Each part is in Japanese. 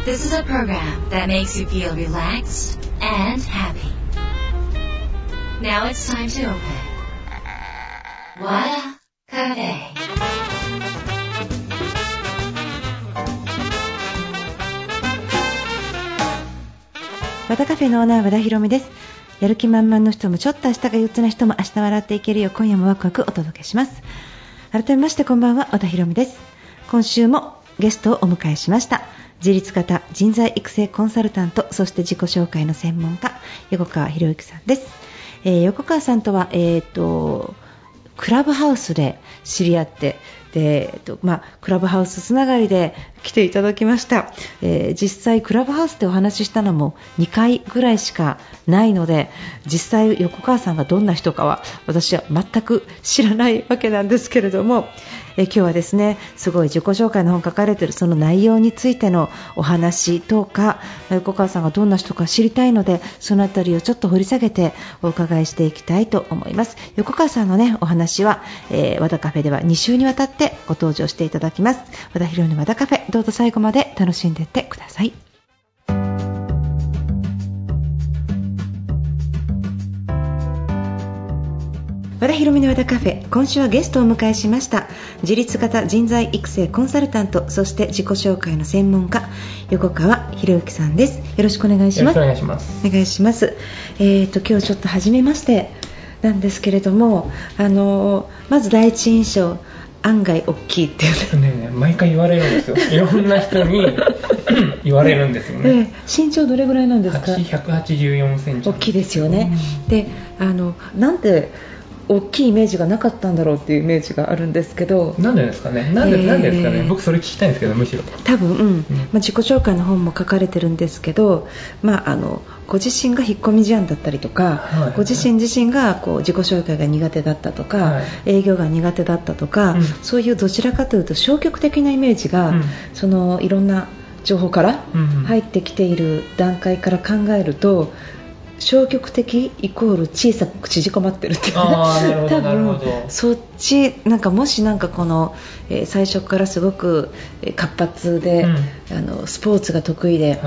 This is a program that makes you feel relaxed and happy. Now it's time to open Wada Cafe. 和田カフェのオーナー和田ひろみです。やる気満々の人もちょっと明日が憂鬱な人も明日笑っていけるよう今夜もワクワクお届けします。改めましてこんばんは、和田ひろみです。今週もゲストをお迎えしました。自立型人材育成コンサルタント、そして自己紹介の専門家横川博之さんです。横川さんとは、クラブハウスで知り合ってで、クラブハウスつながりで来ていただきました。実際クラブハウスでお話ししたのも2回ぐらいしかないので、実際横川さんがどんな人かは私は全く知らないわけなんですけれども、今日はですね、すごい自己紹介の本書かれているその内容についてのお話とか、横川さんがどんな人か知りたいので、そのあたりをちょっと掘り下げてお伺いしていきたいと思います。横川さんのね、お話は、和田カフェでは2週にわたってご登場していただきます。和田ひろみの和田カフェ、どうぞ最後まで楽しんでいってください。和田ひろみの和田カフェ、今週はゲストをお迎えしました。自立型人材育成コンサルタント、そして自己紹介の専門家横川博之さんです。よろしくお願いします。 よろしくお願いします。 お願いします。今日ちょっと初めましてなんですけれども、まず第一印象、案外大きいっていうね、毎回言われるんですよ。いろんな人に言われるんですよね。 身長どれぐらいなんですか ？184センチ。 大きいですよね。で、なんで大きいイメージがなかったんだろうっていうイメージがあるんですけど、 なんでですかね。なんでですかね。僕それ聞きたいんですけど、むしろ多分、自己紹介の本も書かれてるんですけど、ご自身が引っ込み思案だったりとか、ご自身がこう自己紹介が苦手だったとか、営業が苦手だったとか、そういうどちらかというと消極的なイメージが、そのいろんな情報から入ってきている段階から考えると、消極的イコール小さく縮こまってるっていう、多分そっちもしこの、最初からすごく活発で、スポーツが得意で、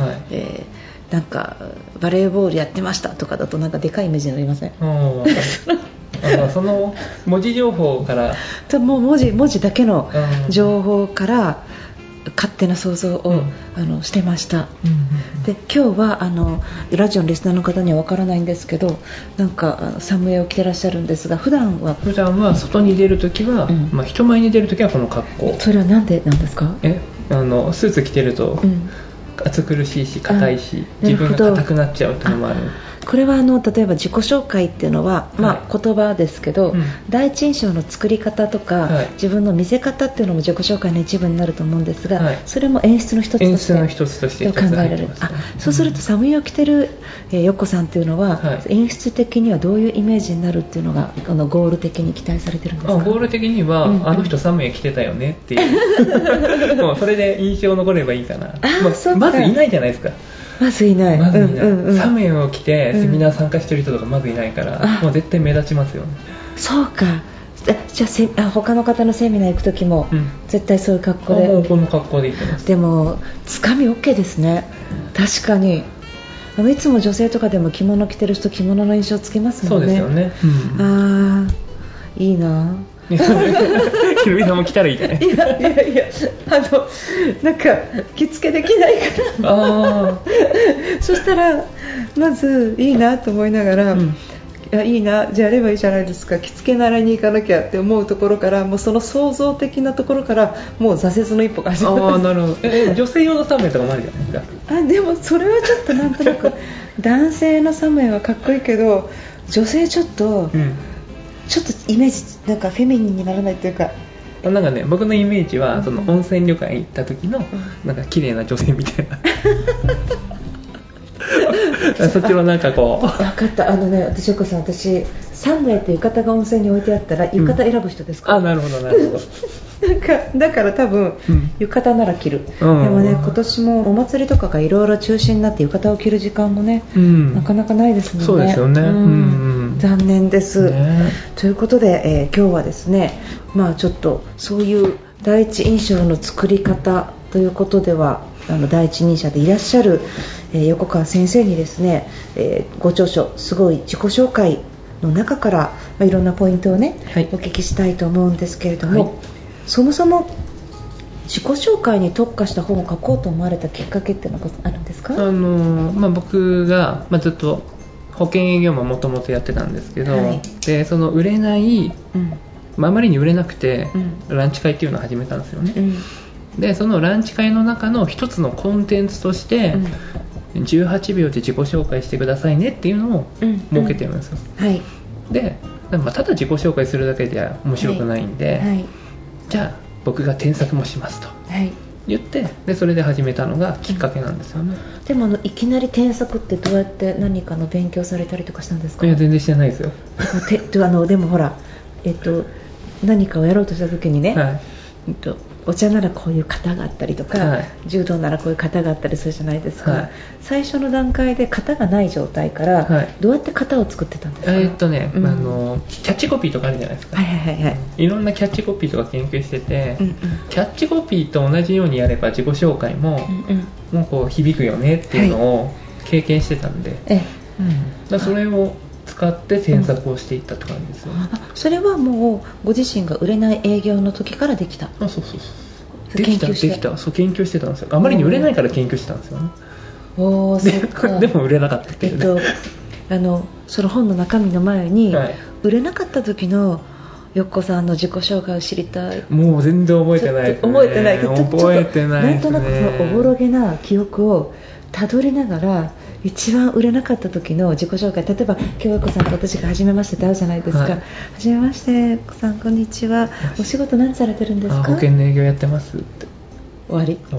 バレーボールやってましたとかだとでかいイメージになりません？ その文字情報からもう文字だけの情報から勝手な想像を、してました。で、今日はラジオのリスナーの方にはわからないんですけど、サムエを着てらっしゃるんですが、普段は外に出るときは、人前に出るときはこの格好。 それはなんでなんですか？ スーツ着てると、暑苦しいし硬いし、自分が硬くなっちゃうというのもある。 これは例えば自己紹介っていうのは、言葉ですけど、第一印象の作り方とか、自分の見せ方っていうのも自己紹介の一部になると思うんですが、それも演出の一つとして考えられる。そうするとサムイを着てる、横さんっていうのは、演出的にはどういうイメージになるっていうのがゴール的に期待されてるんですか？ ゴール的には、あの人サムイ着てたよねっていうもうそれで印象残ればいいかな。まずいないじゃないですか。 まずいない。 サムエを着てセミナー参加してる人とかまずいないから、もう絶対目立ちますよね。 そうか。じゃあ他の方のセミナー行く時も、絶対そういう格好で。 もうこの格好で行ってます。 でもつかみ OK ですね。確かにいつも女性とかでも着物着てる人、着物の印象つけますもんね。 そうですよね。 いいな。 ひろみさんも着たらいいじゃない。いや着付けできないからそしたらまずいいなと思いながら、いいな、じゃあやればいいじゃないですか、着付け習いに行かなきゃって思うところから、もうその創造的なところからもう挫折の一歩が始まる。 なるほど。女性用のサムエとかもあるじゃないですか。 でもそれはちょっとなんとなく男性のサムエはかっこいいけど、女性ちょっとイメージフェミニンにならないというか、 僕のイメージは、その温泉旅館行った時の綺麗な女性みたいなそっちの分かった。私横さん、サムエって浴衣が温泉に置いてあったら浴衣選ぶ人ですか？ なるほどだから多分、浴衣なら着る。でもね、今年もお祭りとかがいろいろ中止になって浴衣を着る時間もね、なかなかないですもんね。 そうですよね。 残念です、ということで、今日はですね、ちょっとそういう第一印象の作り方ということでは第一人者でいらっしゃる、横川先生にですね、ご著書すごい自己紹介の中から、いろんなポイントをね、 はい、 お聞きしたいと思うんですけれども、 はい、 そもそも自己紹介に特化した本を書こうと思われたきっかけっていうのがあるんですか？ 僕が、ずっと保険営業ももともとやってたんですけど、はい、でその売れない、あまりに売れなくて、ランチ会っていうのを始めたんですよね、でそのランチ会の中の一つのコンテンツとして、18秒で自己紹介してくださいねっていうのを設けてるんですよ、はい、でただ自己紹介するだけでは面白くないんで、はい、じゃあ僕が添削もしますと、言ってでそれで始めたのがきっかけなんですよね、 でもいきなり添削ってどうやって何かの勉強されたりとかしたんですか？ いや全然してないですよでもほら、何かをやろうとした時にね、はい、お茶ならこういう型があったりとか、はい、柔道ならこういう型があったりするじゃないですか、はい、最初の段階で型がない状態から、はい、どうやって型を作ってたんですか？キャッチコピーとかあるじゃないですか、いろんなキャッチコピーとか研究してて、キャッチコピーと同じようにやれば自己紹介も、もうこう響くよねっていうのを経験してたんで、だそれを使って添削をしていったって感じですよね、 それはもうご自身が売れない営業の時からできた？ そうできたそう研究してたんですよ。あまりに売れないから研究してたんですよね。 そうか。 でも売れなかったっていう、 その本の中身の前に、売れなかった時の横さんの自己紹介を知りたい。 もう全然覚えてないですね。 覚えてないけど、なんとなくそのおぼろげな記憶をたどりながら、一番売れなかった時の自己紹介、例えば今日横さんと私が初めましてって会うじゃないですか、はじめまして横さんこんにちは、お仕事何されてるんですか？ 保険の営業やってますって。 終わり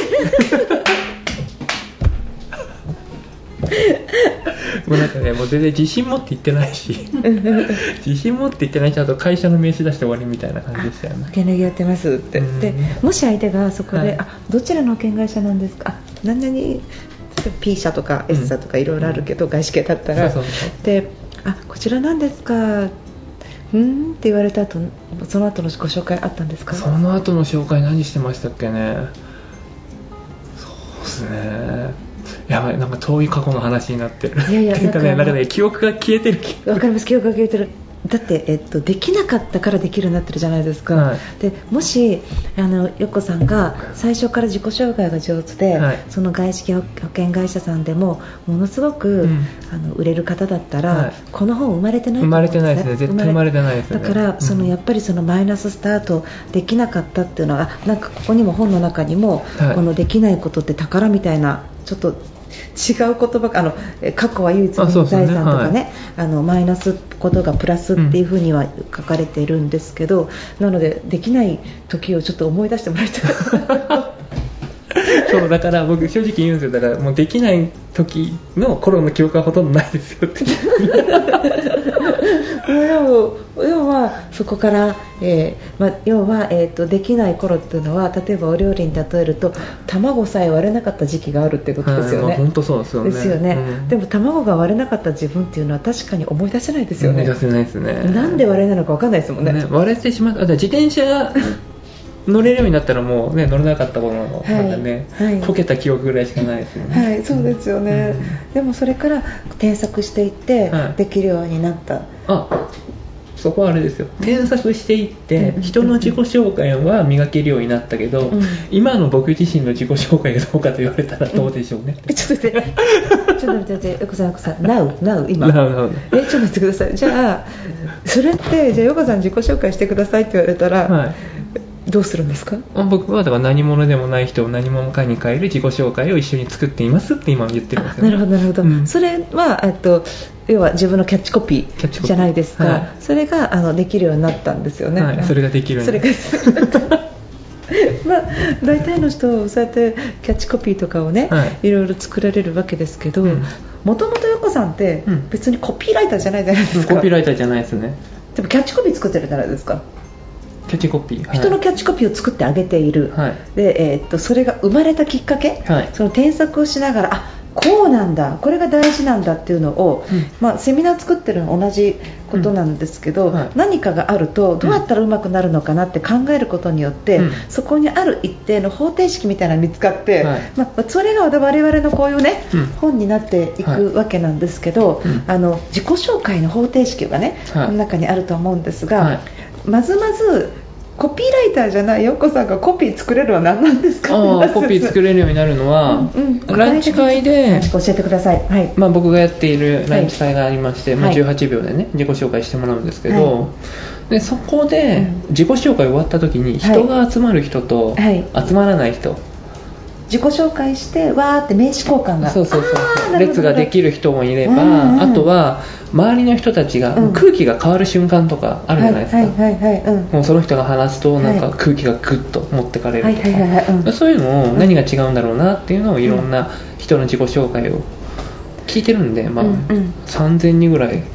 もうなんかね、もう全然自信持って言ってないし自信持って言ってないし、あと会社の名刺出して終わりみたいな感じでしたよね。 保険の営業やってますって。でもし相手がそこで、どちらの保険会社なんですか？何々P 社とか S 社とかいろいろあるけど、外資系だったら、でこちらなんですかって言われた後、その後のご紹介あったんですか？ その後の紹介何してましたっけね。そうですね、やばい、なんか遠い過去の話になってる。なんかね、記憶が消えてる。 わかります、記憶が消えてる。だって、できなかったからできるようになってるじゃないですか、でもし横さんが最初から自己紹介が上手で、その外資系保険会社さんでもものすごく、売れる方だったら、この本生まれてないと思うんですね。 生まれてないですね、絶対生まれてないですね。 だから、やっぱりそのマイナススタートできなかったっていうのは、なんかここにも本の中にも、このできないことって宝みたいなちょっと違う言葉が過去は唯一の財産とかね、マイナスことがプラスっていうふうには書かれているんですけど、なのでできない時をちょっと思い出してもらいたいそうだから僕正直言うんですよ。だからもうできない時の頃の記憶はほとんどないですよって要はそこから、要は、できない頃っていうのは、例えばお料理に例えると卵さえ割れなかった時期があるってことですよね。 本当そうですよね。 ですよね、でも卵が割れなかった自分っていうのは確かに思い出せないですよね。 思い出せないですね。 なんで割れないのか分かんないですもんね。 割れてしまった。自転車乗れるようになったらもうね、乗れなかった頃のなんかね、こけた記憶ぐらいしかないですよね。 そうですよね、でもそれから添削していって、できるようになった。 そこはあれですよ、添削していって人の自己紹介は磨けるようになったけど、今の僕自身の自己紹介がどうかと言われたらどうでしょうね。 ちょっと待って、横さん Now 今ちょっと待ってください。じゃあそれって、じゃあ横さん自己紹介してくださいって言われたら、どうするんですか？ 僕はだから何者でもない人を何者かに変える自己紹介を一緒に作っていますって今言ってるんですよね。 なるほど、それは要は自分のキャッチコピーじゃないですか、それができるようになったんですよね、 それができるようになった。 大体の人そうやってキャッチコピーとかをね、いろいろ作られるわけですけど、もともと横さんって別にコピーライターじゃないじゃないですか。 コピーライターじゃないですね。 でもキャッチコピー作ってるじゃないですか。 キャッチコピー、 人のキャッチコピーを作ってあげている、でそれが生まれたきっかけ、その添削をしながら、 こうなんだ、これが大事なんだっていうのを、セミナー作ってるのは同じことなんですけど、何かがあるとどうやったらうまくなるのかなって考えることによって、そこにある一定の方程式みたいなのが見つかって、それが我々のこういうね、本になっていくわけなんですけど、自己紹介の方程式がね、この中にあると思うんですが、まずコピーライターじゃないよっこさんがコピー作れるのは何なんですか？ コピー作れるようになるのは、ランチ会で教えてください。 僕がやっているランチ会がありまして、18秒でね自己紹介してもらうんですけど、でそこで自己紹介終わった時に人が集まる人と集まらない人、 自己紹介してわーって名刺交換がそう列ができる人もいれば、あとは周りの人たちが、空気が変わる瞬間とかあるじゃないですか。もうその人が話すとなんか空気がグッと持ってかれるとか、そういうのを何が違うんだろうなっていうのをいろんな人の自己紹介を聞いてるんで、3000人ぐらい、延べ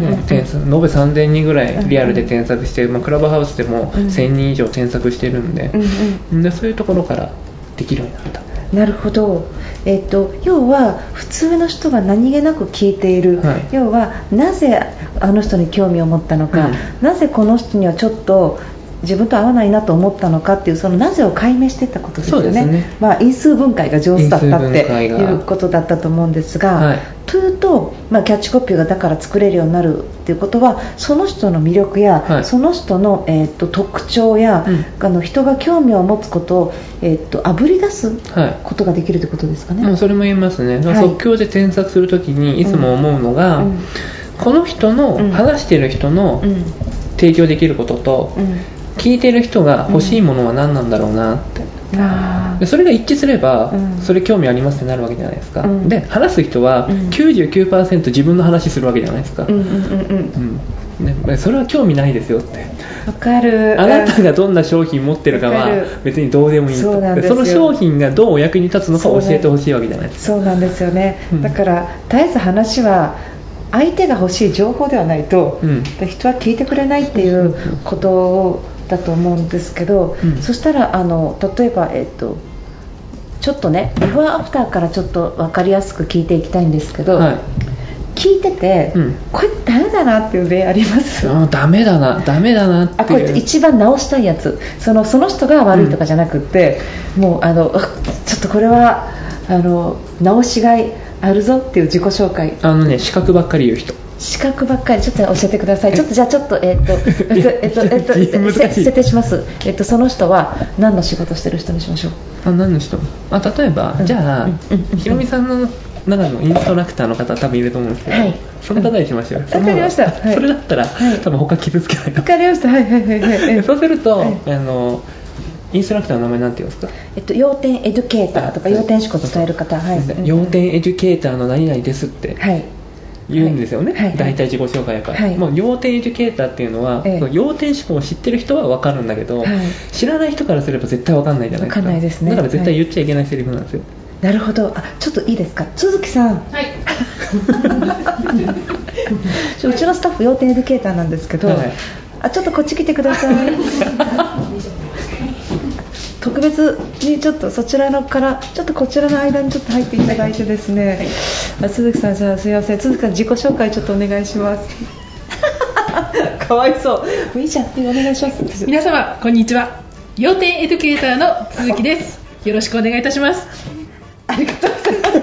3000人ぐらいリアルで添削して、クラブハウスでも1000人以上添削してるんで、そういうところからできるようになった。 なるほど。要は普通の人が何気なく聞いている、要はなぜあの人に興味を持ったのか、なぜこの人にはちょっと自分と合わないなと思ったのかっていう、そのなぜを解明していったことですよね。そうですね。因数分解が上手だったっていうことだったと思うんですが、というと、キャッチコピーがだから作れるようになるっていうことは、その人の魅力や、その人の、特徴や、人が興味を持つことを、あぶり出すことができるということですかね。 それも言えますね。即興で添削するときにいつも思うのが、この人の、話している人の提供できることと、聞いている人が欲しいものは何なんだろうなって、それが一致すれば、それ興味ありますってなるわけじゃないですか。で話す人は 99% 自分の話するわけじゃないですか。それは興味ないですよって。 わかる。 あなたがどんな商品持ってるかは別にどうでもいいと。その商品がどうお役に立つのか教えてほしいわけじゃないですか。 そうなんですよね。だから絶えず話は相手が欲しい情報ではないと、人は聞いてくれないっていうことだと思うんですけど、そしたら例えば、ちょっとねビフォーアフターからちょっと分かりやすく聞いていきたいんですけど、聞いてて、これダメだなっていう例あります？ ダメだなっていう。 これ一番直したいやつ、その人が悪いとかじゃなくって、もうちょっとこれは直しがいあるぞっていう自己紹介。 資格ばっかり言う人。 資格ばっかりちょっと教えてください。ちょっと設定します。その人は何の仕事してる人にしましょう。 何の人？例えば、じゃあひろみさんの中のインストラクターの方多分いると思うんですけど、その方にしましょう。わかりました。 それだったら多分他傷つけないと。 わかりました。 そうするとインストラクターの名前なんて言うんですか？ 要点エデュケーターとか要点思考を伝える方、 要点エデュケーターの何々ですって言うんですよね。大体自己紹介やから、もう要点エデュケーターっていうのは、要点思考を知ってる人は分かるんだけど、知らない人からすれば絶対分かんないじゃないですか。 分かんないですね。 だから絶対言っちゃいけないセリフなんですよ。 なるほど。ちょっといいですか、鈴木さん。うちのスタッフ要点エデュケーターなんですけど、ちょっとこっち来てください。特別にちょっとそちらのからちょっとこちらの間にちょっと入っていただいてですね、鈴木さん、じゃあすいません、鈴木さん自己紹介ちょっとお願いします。かわいそう。いいじゃん、お願いします。 皆様こんにちは、要点エデュケーターの鈴木です。よろしくお願いいたします。 ありがとうございます。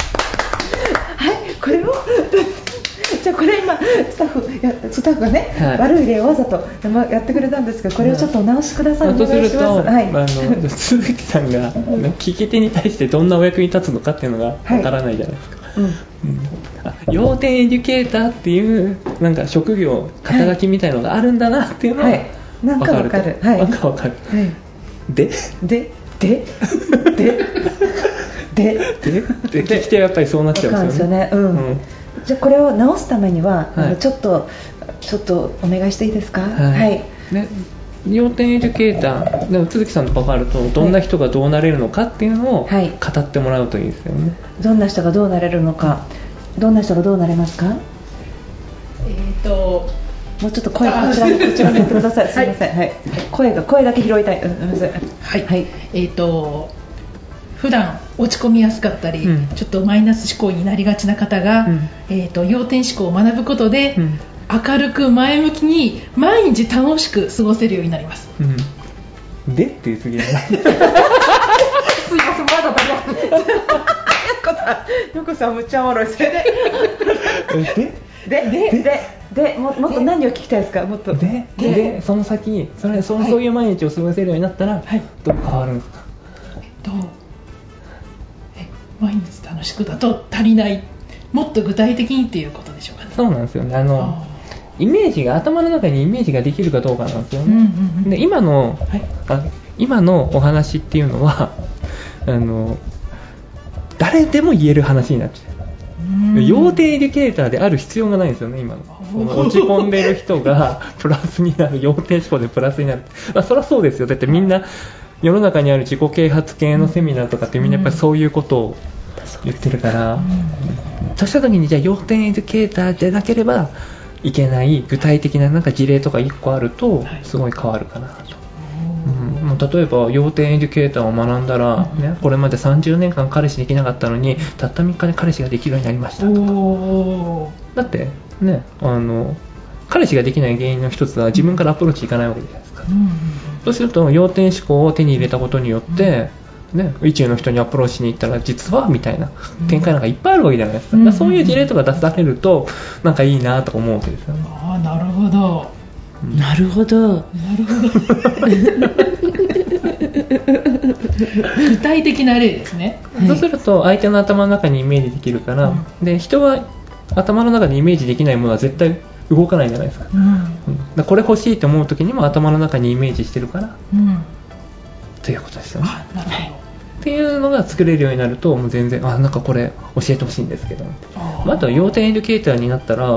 これをじゃあこれ今スタッフがね、悪い例をわざとやってくれたんですけど、これをちょっとお直しください。お願いします。 鈴木さんが聞き手に対してどんなお役に立つのかっていうのがわからないじゃないですか。要点エデュケーターっていうなんか職業肩書きみたいのがあるんだなっていうのは分かる。分かる。で聞き手はやっぱりそうなっちゃうんですよね。 じゃあこれを直すためには、ちょっとお願いしていいですか？ 要点エデュケーターでも鈴木さんと関わるとどんな人がどうなれるのかっていうのを語ってもらうといいですよね。 どんな人がどうなれるのか、どんな人がどうなれますか？もうちょっと声こちらに言ってください。すみません。声だけ拾いたい。 普段落ち込みやすかったり、ちょっとマイナス思考になりがちな方が、要点思考を学ぶことで、明るく前向きに毎日楽しく過ごせるようになります。 でって言い過ぎだな。 すいません、まだよこさんむっちゃおもろい。それでもっと何を聞きたいですか？もっとでその先そういう毎日を過ごせるようになったら、どう変わるんですか？ 毎日楽しくだと足りない、もっと具体的にっていうことでしょうかね。 そうなんですよね。イメージが頭の中にイメージができるかどうかなんですよね。で今のお話っていうのは誰でも言える話になっちゃう。要点エデュケーターである必要がないんですよね。今の落ち込んでる人がプラスになる、要点思考でプラスになる、そりゃそうですよ。だってみんな世の中にある自己啓発系のセミナーとかってみんなやっぱりそういうことを言ってるから、そうした時にじゃあ要点エデュケーターでなければいけない具体的ななんか事例とか1個あるとすごい変わるかなと。例えば要点エデュケーターを学んだら、これまで30年間彼氏できなかったのにたった3日で彼氏ができるようになりましたとか。だってね、彼氏ができない原因の一つは自分からアプローチいかないわけじゃないですか。そうすると要点思考を手に入れたことによって、宇宙の人にアプローチしに行ったら実はみたいな展開なんかいっぱいあるわけじゃないですか。だからそういう事例とか出されるとなんかいいなとか思うわけですよね。 なるほど。 なるほど。 具体的な例ですね。 そうすると相手の頭の中にイメージできるから、で人は頭の中でイメージできないものは絶対動かないじゃないですか。だこれ欲しいと思う時にも頭の中にイメージしてるから、ということですよね。 なるほど。 っていうのが作れるようになるともう全然なんかこれ教えてほしいんですけど、あとは要点エデュケーターになったら、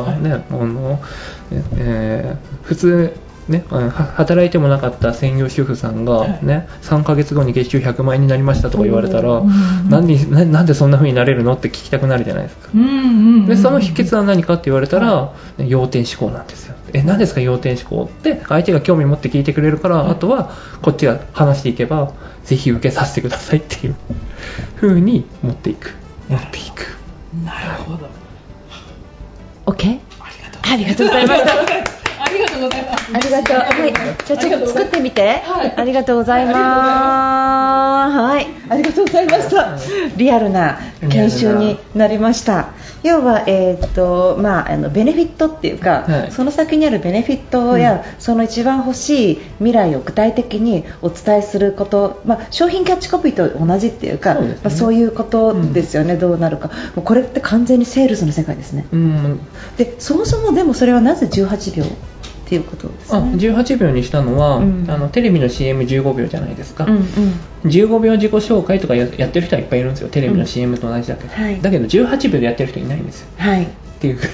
普通ね、働いてもなかった専業主婦さんが、3ヶ月後に月収100万円になりましたとか言われたら、なんでそんな風になれるのって聞きたくなるじゃないですか。でその秘訣は何かって言われたら、要点思考なんですよ。何ですか要点思考って相手が興味持って聞いてくれるから、あとはこっちが話していけばぜひ受けさせてくださいっていう風に持っていく。 なるほど。 OK？ ありがとうございました。 ありがとうございます。 ありがとう。はい。じゃあちょっと作ってみて。ありがとうございます。はい。ありがとうございました。リアルな研修になりました。要はベネフィットっていうか、その先にあるベネフィットや、その一番欲しい未来を具体的にお伝えすること、商品キャッチコピーと同じっていうか、そういうことですよね。どうなるか。もうこれって完全にセールスの世界ですね。で、そもそもでもそれはなぜ18秒っていうことですね。 18秒にしたのは、テレビの CM15 秒じゃないですか。15秒自己紹介とかやってる人はいっぱいいるんですよ。テレビの CM と同じだけど、だけど18秒でやってる人いないんですよ。っていう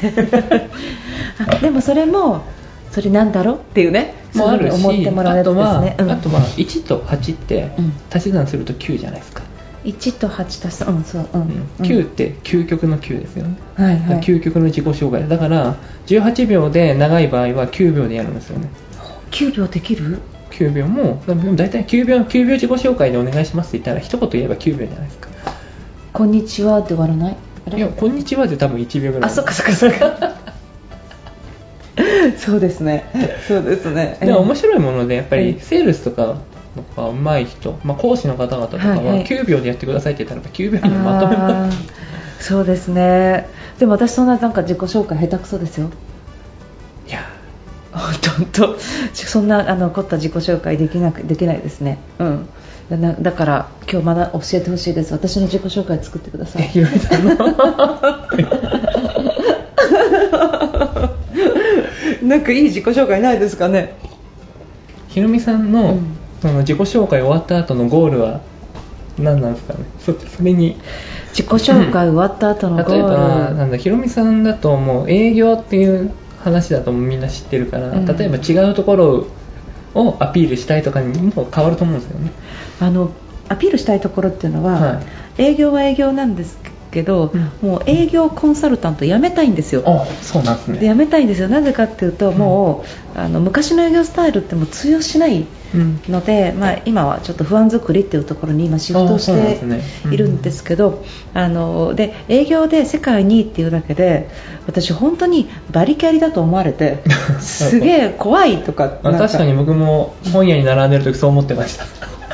でもそれなんだろうっていうね、 もあるし、 思ってもらえるんですね。 あとは1と8って足し算すると9じゃないですか。 1と8足す、 9って究極の9ですよね。究極の自己紹介だから18秒で長い場合は9秒でやるんですよね。 9秒できる ？9秒もだいたい9秒自己紹介でお願いしますって言ったら一言言えば9秒じゃないですか。 こんにちはで終わらない？ いや、こんにちはで多分1秒ぐらい。 そっかそうですね。 でも面白いものでやっぱりセールスとか上手い人、講師の方々とかは9秒でやってくださいって言ったら9秒にまとめます。 そうですね。でも私そんななんか自己紹介下手くそですよ。 いや本当そんな凝った自己紹介できないですね。だから今日まだ教えてほしいです。私の自己紹介作ってください。なんかいい自己紹介ないですかね。 ひろみさんの、自己紹介終わった後のゴールは何なんですかね。それに自己紹介終わった後のゴール、 ひろみさんだともう営業っていう話だとみんな知ってるから、例えば違うところをアピールしたいとかにも変わると思うんですよね。 アピールしたいところっていうのは、営業は営業なんですけど、もう営業コンサルタント辞めたいんですよ。 そうなんですね。 で辞めたいんですよ。なぜかっていうと、もう昔の営業スタイルってもう通用しないので、今はちょっと不安作りっていうところに今シフトしているんですけど、で営業で世界2位っていうだけで私本当にバリキャリだと思われてすげえ怖いとか確かに僕も本屋に並んでる時そう思ってました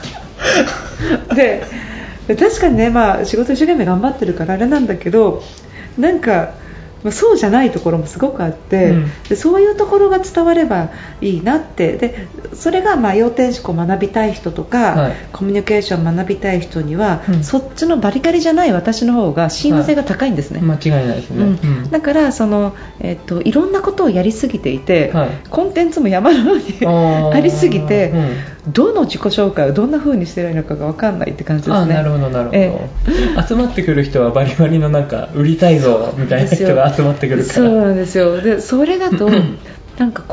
で確かにね、仕事一生懸命頑張ってるからあれなんだけど、なんかそうじゃないところもすごくあって、でそういうところが伝わればいいなって。でそれが要点思考を学びたい人とか、コミュニケーションを学びたい人には、そっちのバリカリじゃない私の方が親和性が高いんですね。 間違いないですね。 だからいろんなことをやりすぎていて、コンテンツも山のようにありすぎて、どの自己紹介をどんな風にしているのかが分かんないって感じですね。 なるほどなるほど、集まってくる人はバリバリのなんか売りたいぞみたいな人が集まってくるから。 そうなんですよ。でそれだとなんか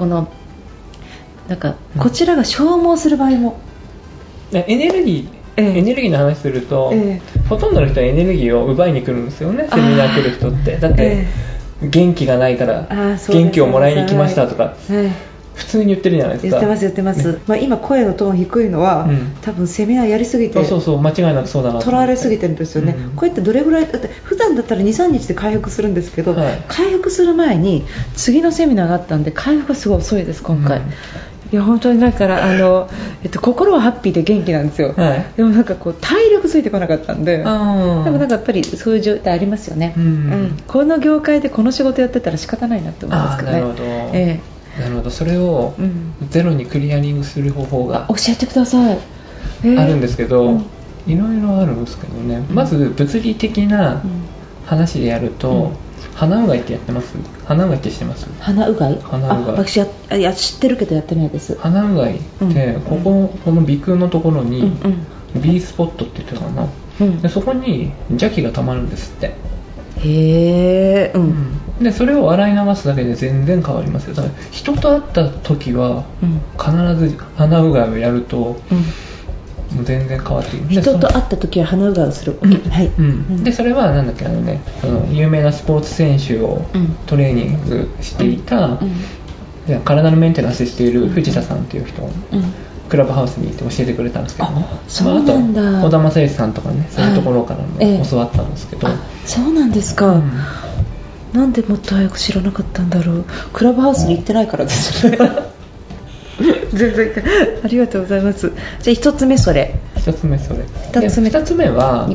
こちらが消耗する場合も、 エネルギーの話すると、ほとんどの人はエネルギーを奪いに来るんですよね、セミナー来る人って。だって、元気がないから元気をもらいに来ましたとか、普通に言ってるじゃないですか。 言ってます、今声のトーン低いのは、多分セミナーやりすぎてそう間違いなくそうだな取られすぎてるんですよね。こうやってどれぐらいだって、普段だったら 2,3 日で回復するんですけど、回復する前に次のセミナーがあったんで回復がすごい遅いです今回。いや本当にだから心はハッピーで元気なんですよ、でもなんか体力ついてこなかったんで、でもなんかやっぱりそういう状態ありますよね。この業界でこの仕事やってたら仕方ないなって思いますけどね。 なるほど、なるほど。それをゼロにクリアリングする方法が教えてください。 あるんですけど、いろいろあるんですけどね、まず物理的な話でやると、鼻うがいってやってます？鼻うがいってしてます？ 鼻うがい？私知ってるけどやってないです。 鼻うがいってこの鼻腔のところに B スポットって言ってたかな、でそこに邪気が溜まるんですって。 へー、 でそれを洗い流すだけで全然変わりますよ。だから人と会った時は必ず鼻うがいをやると、もう全然変わっている。 人と会った時は鼻うがいをする、 でそれはなんだっけその有名なスポーツ選手をトレーニングしていた、体のメンテナンスしている藤田さんっていう人、クラブハウスに行って教えてくれたんですけど、 そうなんだ。 あと小田正義さんとかね、そういうところからも教わったんですけど、 そうなんですか、なんでもっと早く知らなかったんだろう。クラブハウスに行ってないからですね全然ありがとうございます。じゃあ1つ目それ、 2つ目は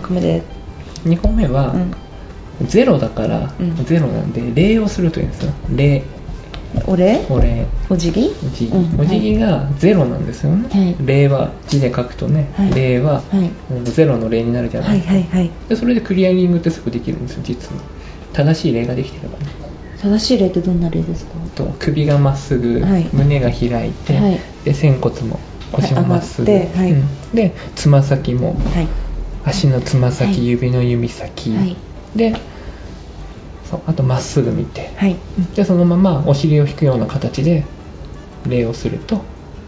2個目は、ゼロだから、ゼロなんで礼をするというんですよ。礼、 お礼、お辞儀、 お辞儀がゼロなんですよね。礼は字で書くとね、礼はゼロの礼になるじゃないですか。でそれでクリアリングってすぐできるんですよ、実は。正しい礼ができてればね。 正しい礼ってどんな礼ですか？ 首がまっすぐ、胸が開いて、で仙骨も腰もまっすぐ、でつま先も、足のつま先、指の指先、であとまっすぐ見て、でそのままお尻を引くような形で礼をすると、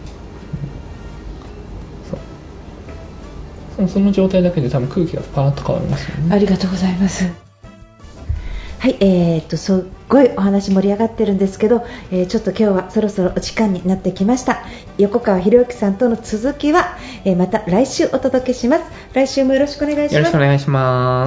その状態だけで多分空気がパーッと変わりますよね。 ありがとうございます。はい、すっごいお話盛り上がってるんですけど、ちょっと今日はそろそろお時間になってきました。横川博之さんとの続きは、また来週お届けします。来週もよろしくお願いします。 よろしくお願いします。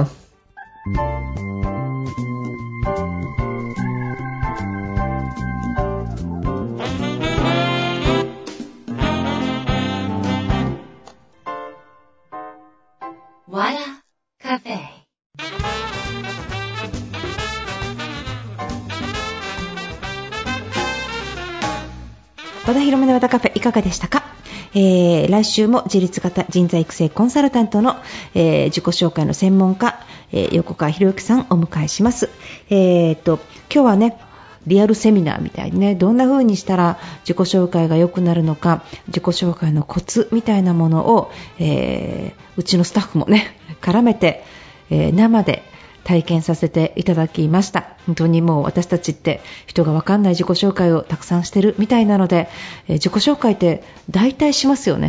わらカフェ。 和田博美の和田カフェいかがでしたか？来週も自立型人材育成コンサルタントの、自己紹介の専門家、横川博之さんをお迎えします。今日はねリアルセミナーみたいにね、どんな風にしたら自己紹介が良くなるのか、自己紹介のコツみたいなものを、うちのスタッフもね絡めて、生で体験させていただきました。本当にもう私たちって人が分かんない自己紹介をたくさんしてるみたいなので、自己紹介って大体しますよね。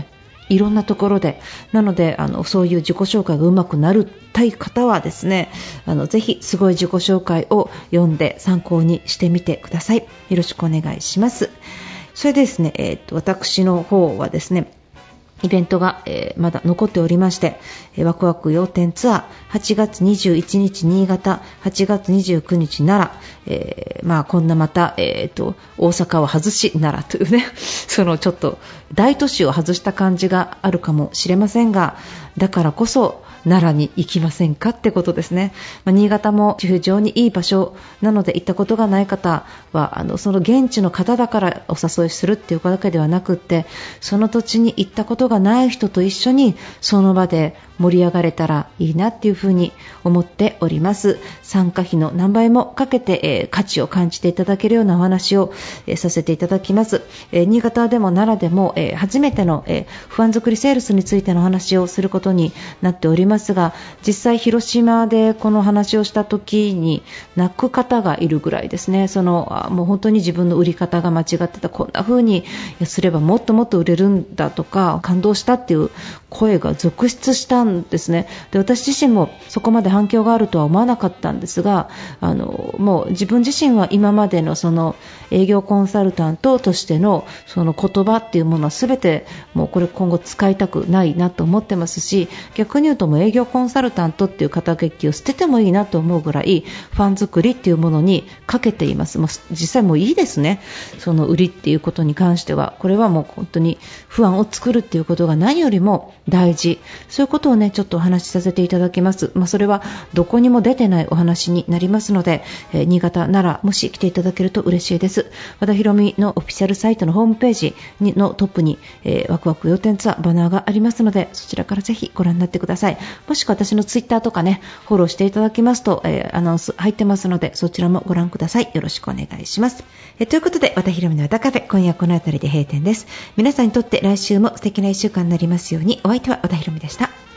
いろんなところで。なのでそういう自己紹介がうまくなりたい方はですね、ぜひすごい自己紹介を読んで参考にしてみてください。よろしくお願いします。それでですね、私の方はですね、イベントが、まだ残っておりまして、ワクワク要点ツアー8月21日新潟、8月29日奈良、こんなまた、大阪を外し奈良というねそのちょっと大都市を外した感じがあるかもしれませんが、だからこそ奈良に行きませんかってことですね。新潟も非常にいい場所なので、行ったことがない方はその現地の方だからお誘いするっていうわけではなくって、その土地に行ったことがない人と一緒にその場で盛り上がれたらいいなっていうふうに思っております。参加費の何倍もかけて、価値を感じていただけるようなお話を、させていただきます。新潟でも奈良でも、初めての、不安作りセールスについての話をすることになっておりますが、実際広島でこの話をした時に泣く方がいるぐらいですね。もう本当に自分の売り方が間違ってた、こんな風にすればもっともっと売れるんだとか感動したっていう声が続出したんですね。で、私自身もそこまで反響があるとは思わなかったんですが、もう自分自身は今までのその営業コンサルタントとしてのその言葉っていうものは全てもうこれ今後使いたくないなと思ってますし、逆に言うともう営業コンサルタントっていう肩書きを捨ててもいいなと思うぐらいファン作りっていうものにかけています。もう実際もういいですね。その売りっていうことに関しては、これはもう本当に不安を作るっていうことが何よりも大事。そういうことをねちょっとお話しさせていただきます。それはどこにも出てないお話になりますので、新潟、奈良もし来ていただけると嬉しいです。和田博美のオフィシャルサイトのホームページのトップに、ワクワク要点ツアーバナーがありますので、そちらからぜひご覧になってください。もしくは私のツイッターとかねフォローしていただきますと、アナウンス入ってますので、そちらもご覧ください。よろしくお願いします。ということで、和田博美の和田カフェ、今夜この辺りで閉店です。皆さんにとって来週も素敵な1週間になりますように。お相手は和田博美でした。